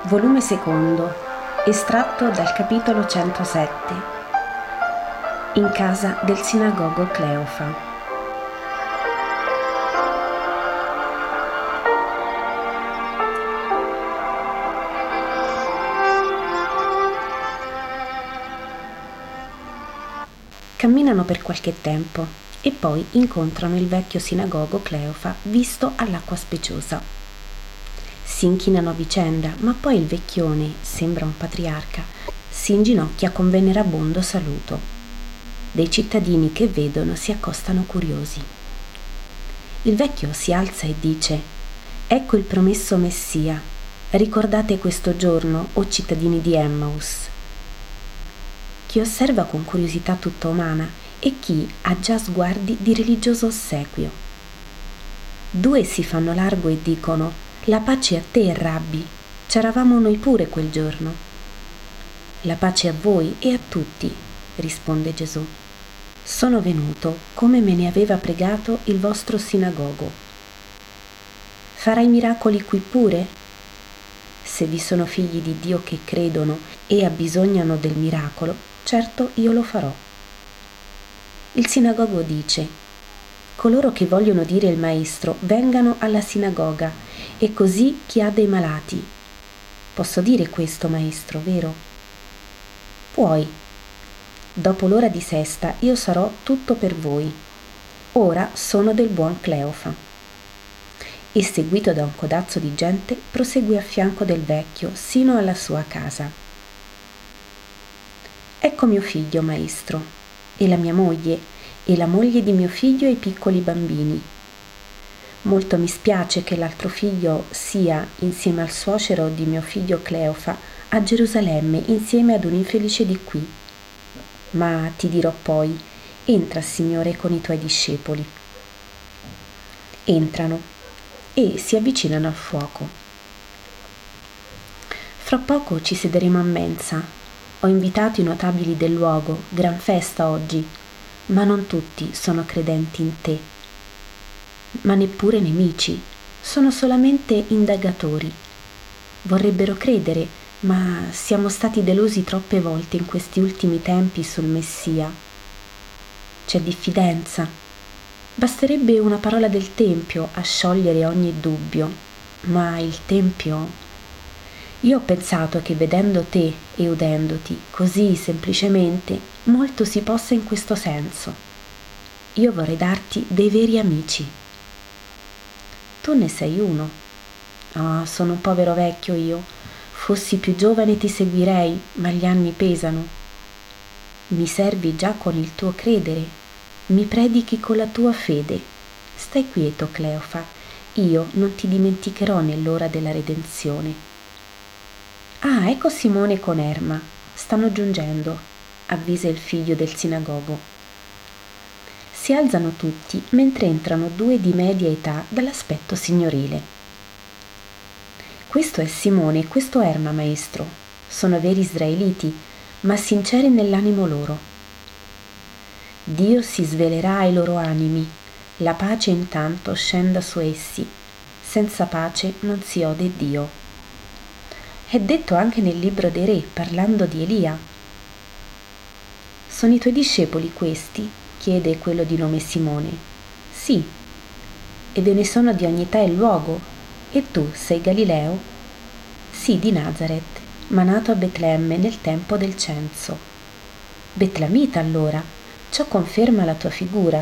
Volume secondo, estratto dal capitolo 107, in casa del sinagogo Cleofa. Camminano per qualche tempo e poi incontrano il vecchio sinagogo Cleofa visto all'acqua speciosa. Si inchinano a vicenda, ma poi il vecchione, sembra un patriarca, si inginocchia con venerabondo saluto. Dei cittadini che vedono si accostano curiosi. Il vecchio si alza e dice: «Ecco il promesso Messia. Ricordate questo giorno, o cittadini di Emmaus». Chi osserva con curiosità tutta umana e chi ha già sguardi di religioso ossequio. Due si fanno largo e dicono: «La pace a te, Rabbi, c'eravamo noi pure quel giorno». «La pace a voi e a tutti», risponde Gesù. «Sono venuto come me ne aveva pregato il vostro sinagogo. Farai miracoli qui pure? Se vi sono figli di Dio che credono e abbisognano del miracolo, certo io lo farò». Il sinagogo dice: «Coloro che vogliono dire il maestro vengano alla sinagoga, e così chi ha dei malati». «Posso dire questo, maestro, vero?» «Puoi. Dopo l'ora di sesta io sarò tutto per voi. Ora sono del buon Cleofa». E seguito da un codazzo di gente proseguì a fianco del vecchio sino alla sua casa. «Ecco mio figlio, maestro, e la mia moglie, e la moglie di mio figlio e i piccoli bambini. Molto mi spiace che l'altro figlio sia, insieme al suocero di mio figlio Cleofa, a Gerusalemme insieme ad un infelice di qui. Ma ti dirò poi: entra, Signore, con i tuoi discepoli». Entrano e si avvicinano al fuoco. «Fra poco ci sederemo a mensa. Ho invitato i notabili del luogo, gran festa oggi, ma non tutti sono credenti in te. Ma neppure nemici, sono solamente indagatori. Vorrebbero credere, ma siamo stati delusi troppe volte in questi ultimi tempi sul Messia. C'è diffidenza. Basterebbe una parola del Tempio a sciogliere ogni dubbio, ma il Tempio... Io ho pensato che vedendo te e udendoti così semplicemente, molto si possa in questo senso. Io vorrei darti dei veri amici. Tu ne sei uno». «Ah, sono un povero vecchio io. Fossi più giovane ti seguirei, ma gli anni pesano». «Mi servi già con il tuo credere. Mi predichi con la tua fede. Stai quieto, Cleofa. Io non ti dimenticherò nell'ora della redenzione». «Ah, ecco Simone con Erma. Stanno giungendo», avvisa il figlio del sinagogo. Si alzano tutti mentre entrano due di media età dall'aspetto signorile. «Questo è Simone e questo Erma, maestro. Sono veri israeliti, ma sinceri nell'animo loro. Dio si svelerà ai loro animi. La pace intanto scenda su essi. Senza pace non si ode Dio». È detto anche nel libro dei Re, parlando di Elia. «Sono i tuoi discepoli questi?» chiede quello di nome Simone. «Sì». «E ve ne sono di ogni età e luogo? E tu sei Galileo?» «Sì, di Nazaret, ma nato a Betlemme nel tempo del censo». «Betlemita allora? Ciò conferma la tua figura».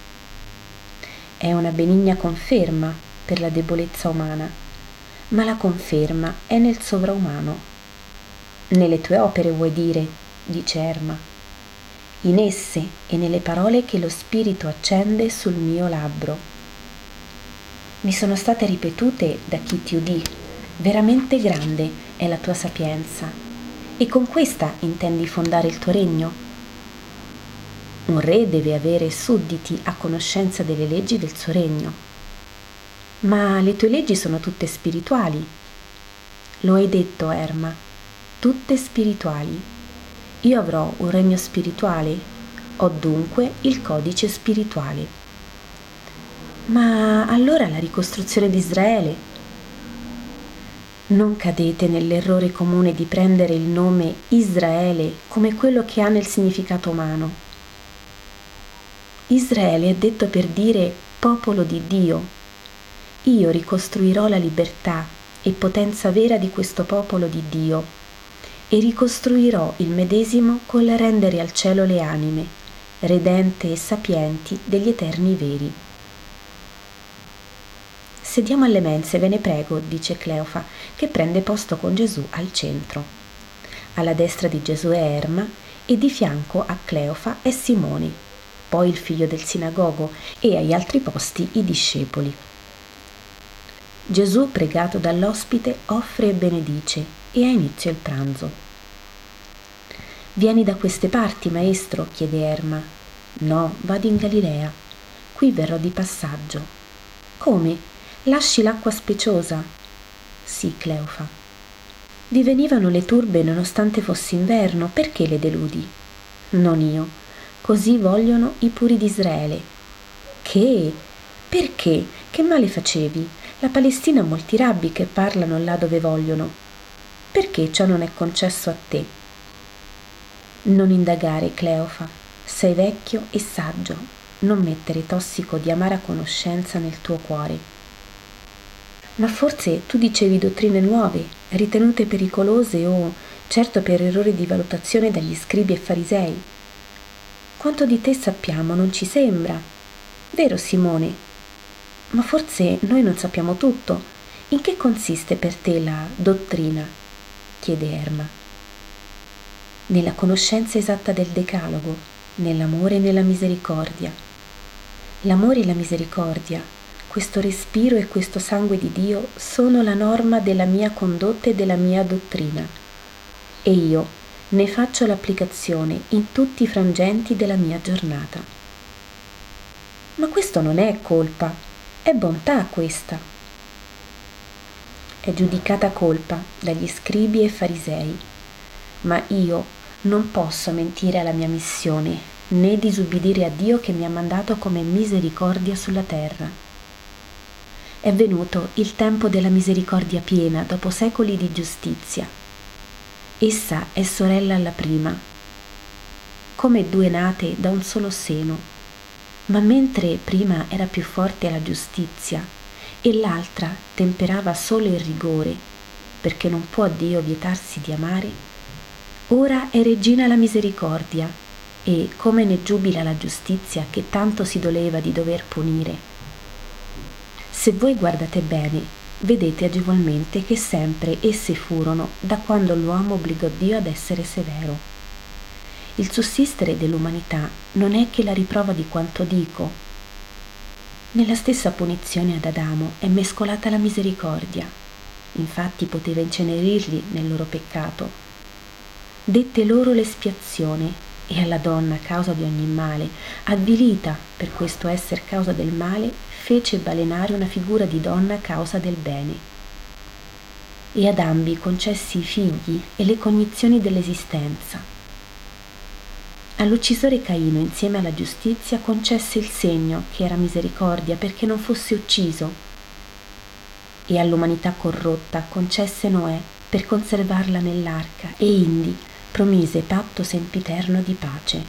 «È una benigna conferma per la debolezza umana, ma la conferma è nel sovraumano». «Nelle tue opere vuoi dire?» dice Erma. «In esse e nelle parole che lo Spirito accende sul mio labbro. Mi sono state ripetute da chi ti udì. Veramente grande è la tua sapienza. E con questa intendi fondare il tuo regno? Un re deve avere sudditi a conoscenza delle leggi del suo regno. Ma le tue leggi sono tutte spirituali». «Lo hai detto, Erma, tutte spirituali. Io avrò un regno spirituale, ho dunque il codice spirituale». «Ma allora la ricostruzione di Israele?» Non cadete nell'errore comune di prendere il nome Israele come quello che ha nel significato umano. Israele è detto per dire popolo di Dio. Io ricostruirò la libertà e potenza vera di questo popolo di Dio e ricostruirò il medesimo col rendere al cielo le anime, redente e sapienti degli eterni veri. Sediamo alle mense, ve ne prego, dice Cleofa, che prende posto con Gesù al centro. Alla destra di Gesù è Erma e di fianco a Cleofa è Simone, poi il figlio del sinagogo, e agli altri posti i discepoli. Gesù, pregato dall'ospite, offre e benedice e ha inizio il pranzo. «Vieni da queste parti, maestro?» chiede Erma. «No, vado in Galilea. Qui verrò di passaggio». «Come? Lasci l'acqua speciosa?» «Sì, Cleofa». «Vi venivano le turbe nonostante fosse inverno, perché le deludi?» «Non io. Così vogliono i puri d'Israele». «Che? Perché? Che male facevi? La Palestina ha molti rabbi che parlano là dove vogliono. Perché ciò non è concesso a te?» «Non indagare, Cleofa. Sei vecchio e saggio. Non mettere tossico di amara conoscenza nel tuo cuore». «Ma forse tu dicevi dottrine nuove, ritenute pericolose o, certo, per errore di valutazione dagli scribi e farisei. Quanto di te sappiamo, non ci sembra. Vero, Simone? Ma forse noi non sappiamo tutto. In che consiste per te la dottrina?» chiede Erma. «Nella conoscenza esatta del Decalogo, nell'amore e nella misericordia». L'amore e la misericordia, questo respiro e questo sangue di Dio sono la norma della mia condotta e della mia dottrina. E io ne faccio l'applicazione in tutti i frangenti della mia giornata. «Ma questo non è colpa, è bontà questa». «È giudicata colpa dagli scribi e farisei, ma io non posso mentire alla mia missione, né disubbidire a Dio che mi ha mandato come misericordia sulla terra. È venuto il tempo della misericordia piena dopo secoli di giustizia. Essa è sorella alla prima, come due nate da un solo seno, ma mentre prima era più forte la giustizia e l'altra temperava solo il rigore, perché non può Dio vietarsi di amare, ora è regina la misericordia e come ne giubila la giustizia che tanto si doleva di dover punire. Se voi guardate bene, vedete agevolmente che sempre esse furono da quando l'uomo obbligò Dio ad essere severo. Il sussistere dell'umanità non è che la riprova di quanto dico. Nella stessa punizione ad Adamo è mescolata la misericordia. Infatti poteva incenerirli nel loro peccato. Dette loro l'espiazione e alla donna, causa di ogni male, avvilita per questo esser causa del male, fece balenare una figura di donna a causa del bene. E ad ambi concessi i figli e le cognizioni dell'esistenza. All'uccisore Caino, insieme alla giustizia, concesse il segno, che era misericordia, perché non fosse ucciso. E all'umanità corrotta concesse Noè, per conservarla nell'arca, e indi promise patto sempiterno di pace.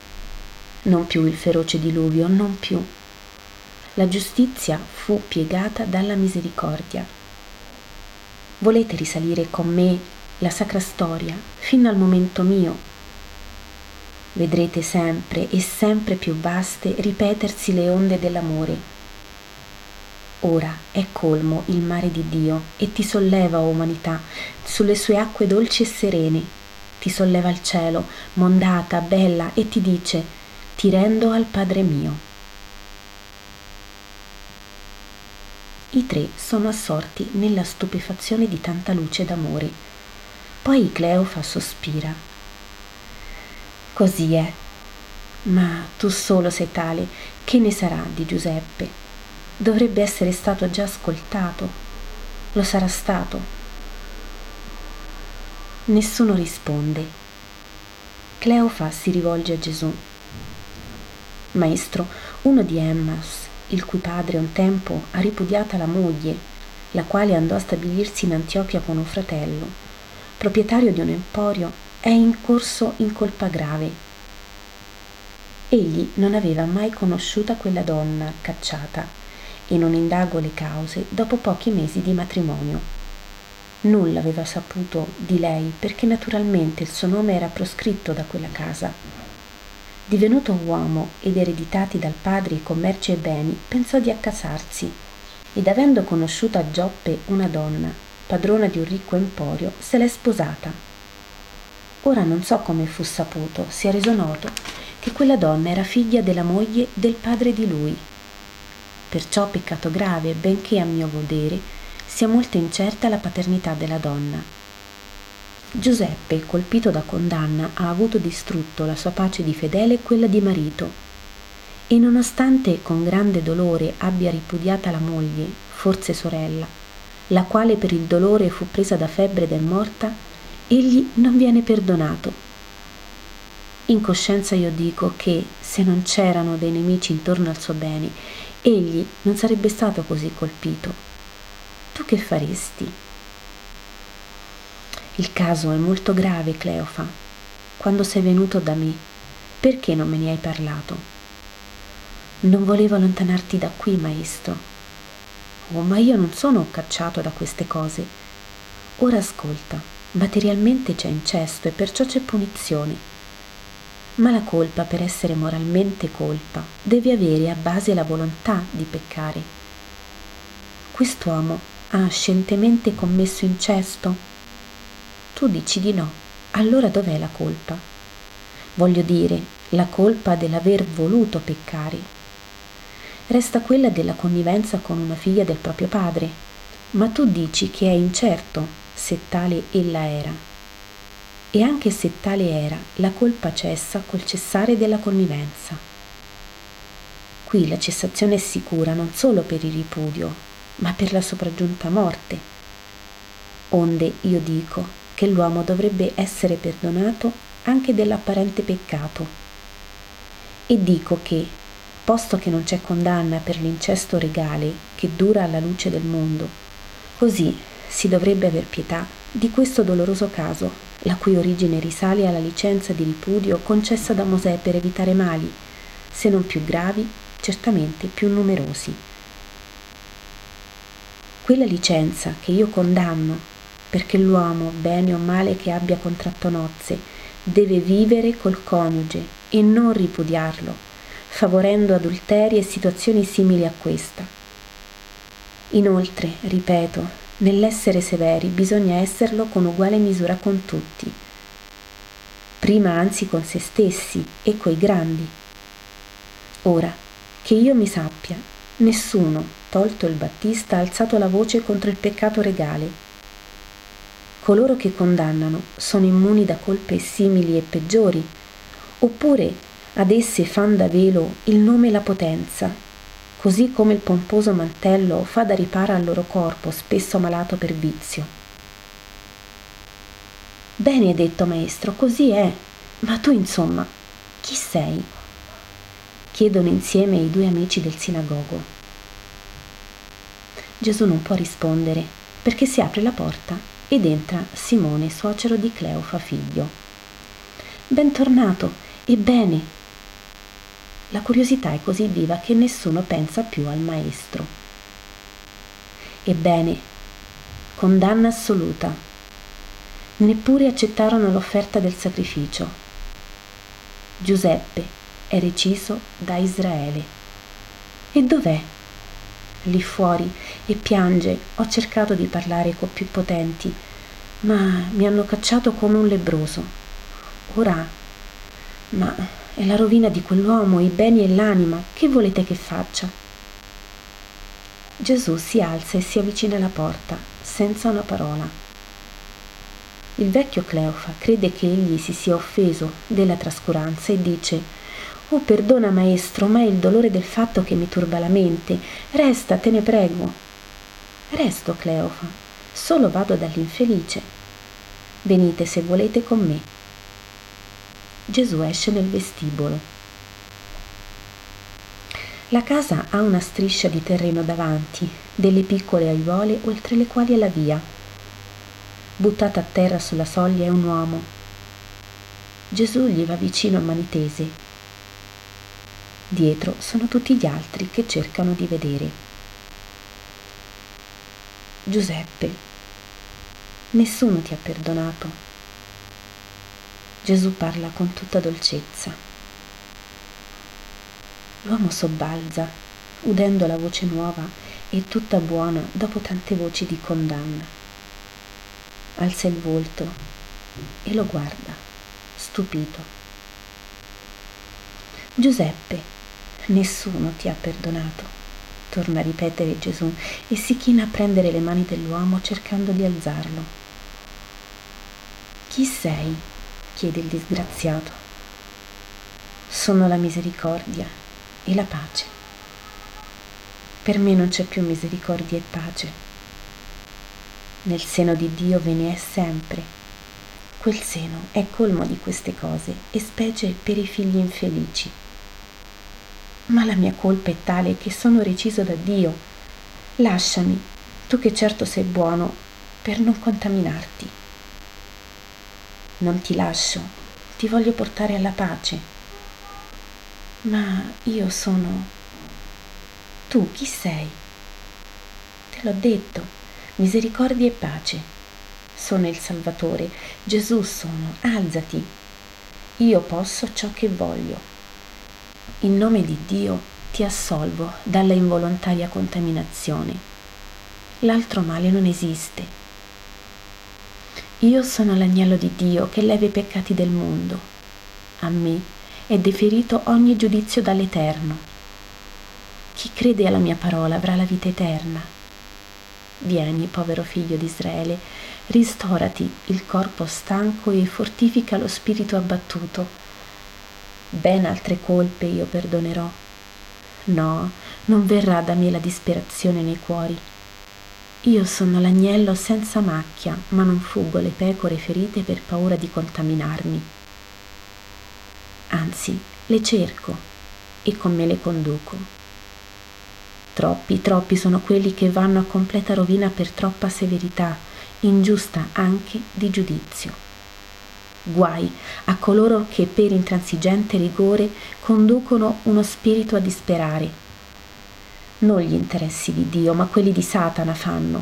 Non più il feroce diluvio, non più. La giustizia fu piegata dalla misericordia. Volete risalire con me la sacra storia fino al momento mio? Vedrete sempre e sempre più vaste ripetersi le onde dell'amore. Ora è colmo il mare di Dio e ti solleva, o umanità, sulle sue acque dolci e serene. Ti solleva il cielo, mondata, bella, e ti dice: ti rendo al Padre mio. I tre sono assorti nella stupefazione di tanta luce d'amore. Poi Cleofa sospira. Così è. Ma tu solo sei tale. Che ne sarà di Giuseppe? Dovrebbe essere stato già ascoltato. Lo sarà stato. Nessuno risponde. Cleofa si rivolge a Gesù. Maestro, uno di Emmaus, il cui padre un tempo ha ripudiata la moglie, la quale andò a stabilirsi in Antiochia con un fratello, proprietario di un emporio, è incorso in colpa grave. Egli non aveva mai conosciuta quella donna cacciata e non indagò le cause dopo pochi mesi di matrimonio. Nulla aveva saputo di lei perché naturalmente il suo nome era proscritto da quella casa. Divenuto uomo ed ereditati dal padre i commerci e beni, pensò di accasarsi ed avendo conosciuto a Gioppe una donna, padrona di un ricco emporio, se l'è sposata. Ora non so come fu saputo, si è reso noto che quella donna era figlia della moglie del padre di lui. Perciò peccato grave, benché a mio godere sia molto incerta la paternità della donna. Giuseppe, colpito da condanna, ha avuto distrutto la sua pace di fedele e quella di marito, e nonostante con grande dolore abbia ripudiata la moglie, forse sorella, la quale per il dolore fu presa da febbre ed è morta, egli non viene perdonato. In coscienza io dico che, se non c'erano dei nemici intorno al suo bene, egli non sarebbe stato così colpito. Tu che faresti? Il caso è molto grave, Cleofa. Quando sei venuto da me, perché non me ne hai parlato? Non volevo allontanarti da qui, maestro. Oh, ma io non sono cacciato da queste cose. Ora ascolta, materialmente c'è incesto e perciò c'è punizione. Ma la colpa, per essere moralmente colpa, deve avere a base la volontà di peccare. Quest'uomo ha scientemente commesso incesto? Tu dici di no, allora dov'è la colpa? Voglio dire, la colpa dell'aver voluto peccare. Resta quella della connivenza con una figlia del proprio padre, ma tu dici che è incerto se tale ella era. E anche se tale era, la colpa cessa col cessare della connivenza. Qui la cessazione è sicura non solo per il ripudio, ma per la sopraggiunta morte. Onde io dico che l'uomo dovrebbe essere perdonato anche dell'apparente peccato. E dico che, posto che non c'è condanna per l'incesto regale che dura alla luce del mondo, così si dovrebbe aver pietà di questo doloroso caso, la cui origine risale alla licenza di ripudio concessa da Mosè per evitare mali, se non più gravi, certamente più numerosi. Quella licenza che io condanno, perché l'uomo, bene o male che abbia contratto nozze, deve vivere col coniuge e non ripudiarlo, favorendo adulteri e situazioni simili a questa. Inoltre, ripeto, nell'essere severi bisogna esserlo con uguale misura con tutti, prima anzi con se stessi e coi grandi. Ora, che io mi sappia, nessuno, tolto il Battista, ha alzato la voce contro il peccato regale. Coloro che condannano sono immuni da colpe simili e peggiori, oppure ad esse fan da velo il nome e la potenza, così come il pomposo mantello fa da riparo al loro corpo spesso malato per vizio. Bene hai detto, maestro, così è, ma tu insomma, chi sei? Chiedono insieme i due amici del sinagogo. Gesù non può rispondere perché si apre la porta ed entra Simone, suocero di Cleofa, figlio. Bentornato, ebbene. La curiosità è così viva che nessuno pensa più al maestro. Ebbene, condanna assoluta. Neppure accettarono l'offerta del sacrificio. Giuseppe è reciso da Israele. E dov'è? Lì fuori, e piange. Ho cercato di parlare con più potenti, ma mi hanno cacciato come un lebbroso. Ora, ma è la rovina di quell'uomo, i beni e l'anima. Che volete che faccia? Gesù si alza e si avvicina alla porta, senza una parola. Il vecchio Cleofa crede che egli si sia offeso della trascuranza e dice: «Oh, perdona, maestro, ma è il dolore del fatto che mi turba la mente. Resta, te ne prego». «Resto, Cleofa, solo vado dall'infelice. Venite se volete con me». Gesù esce nel vestibolo. La casa ha una striscia di terreno davanti delle piccole aiuole oltre le quali è la via. Buttato a terra sulla soglia è un uomo. Gesù gli va vicino a mani tese. Dietro sono tutti gli altri che cercano di vedere. Giuseppe, nessuno ti ha perdonato. Gesù parla con tutta dolcezza. L'uomo sobbalza, udendo la voce nuova e tutta buona dopo tante voci di condanna. Alza il volto e lo guarda, stupito. Giuseppe, nessuno ti ha perdonato, torna a ripetere Gesù e si china a prendere le mani dell'uomo cercando di alzarlo. Chi sei? Chiede il disgraziato. Sono la misericordia e la pace. Per me non c'è più misericordia e pace. Nel seno di Dio ve ne è sempre. Quel seno è colmo di queste cose, e specie per i figli infelici. Ma la mia colpa è tale che sono reciso da Dio. Lasciami, tu che certo sei buono, per non contaminarti. Non ti lascio, ti voglio portare alla pace. Ma io sono... Tu chi sei? Te l'ho detto, misericordia e pace. Sono il Salvatore, Gesù sono, alzati. Io posso ciò che voglio. In nome di Dio ti assolvo dalla involontaria contaminazione. L'altro male non esiste. Io sono l'agnello di Dio che leva i peccati del mondo. A me è deferito ogni giudizio dall'Eterno. Chi crede alla mia parola avrà la vita eterna. Vieni, povero figlio di Israele, ristorati il corpo stanco e fortifica lo spirito abbattuto. Ben altre colpe io perdonerò. No, non verrà da me la disperazione nei cuori. Io sono l'agnello senza macchia, ma non fuggo le pecore ferite per paura di contaminarmi. Anzi, le cerco e con me le conduco. Troppi sono quelli che vanno a completa rovina per troppa severità, ingiusta anche di giudizio. Guai a coloro che per intransigente rigore conducono uno spirito a disperare. Non gli interessi di Dio, ma quelli di Satana fanno.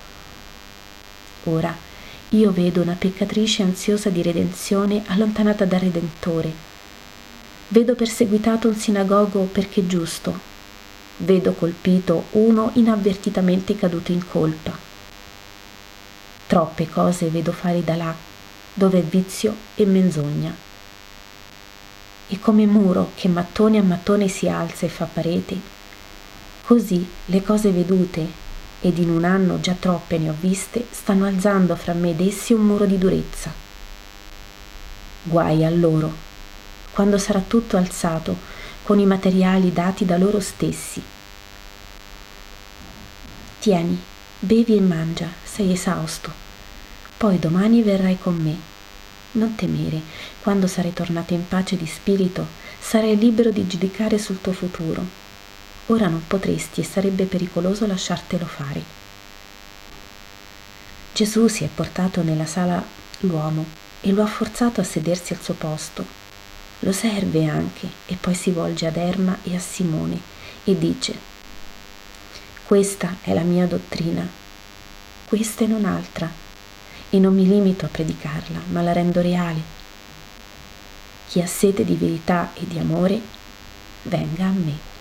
Ora io vedo una peccatrice ansiosa di redenzione allontanata dal Redentore. Vedo perseguitato un sinagogo perché giusto. Vedo colpito uno inavvertitamente caduto in colpa. Troppe cose vedo fare da là, dove è vizio e menzogna. E come muro che mattone a mattone si alza e fa parete, così le cose vedute, ed in un anno già troppe ne ho viste, stanno alzando fra me ed essi un muro di durezza. Guai a loro, quando sarà tutto alzato, con i materiali dati da loro stessi. Tieni, bevi e mangia, sei esausto. Poi domani verrai con me. Non temere, quando sarai tornato in pace di spirito, sarai libero di giudicare sul tuo futuro. Ora non potresti e sarebbe pericoloso lasciartelo fare. Gesù si è portato nella sala l'uomo e lo ha forzato a sedersi al suo posto. Lo serve anche e poi si volge ad Erma e a Simone e dice: questa è la mia dottrina, questa e non altra, e non mi limito a predicarla, ma la rendo reale. Chi ha sete di verità e di amore, venga a me.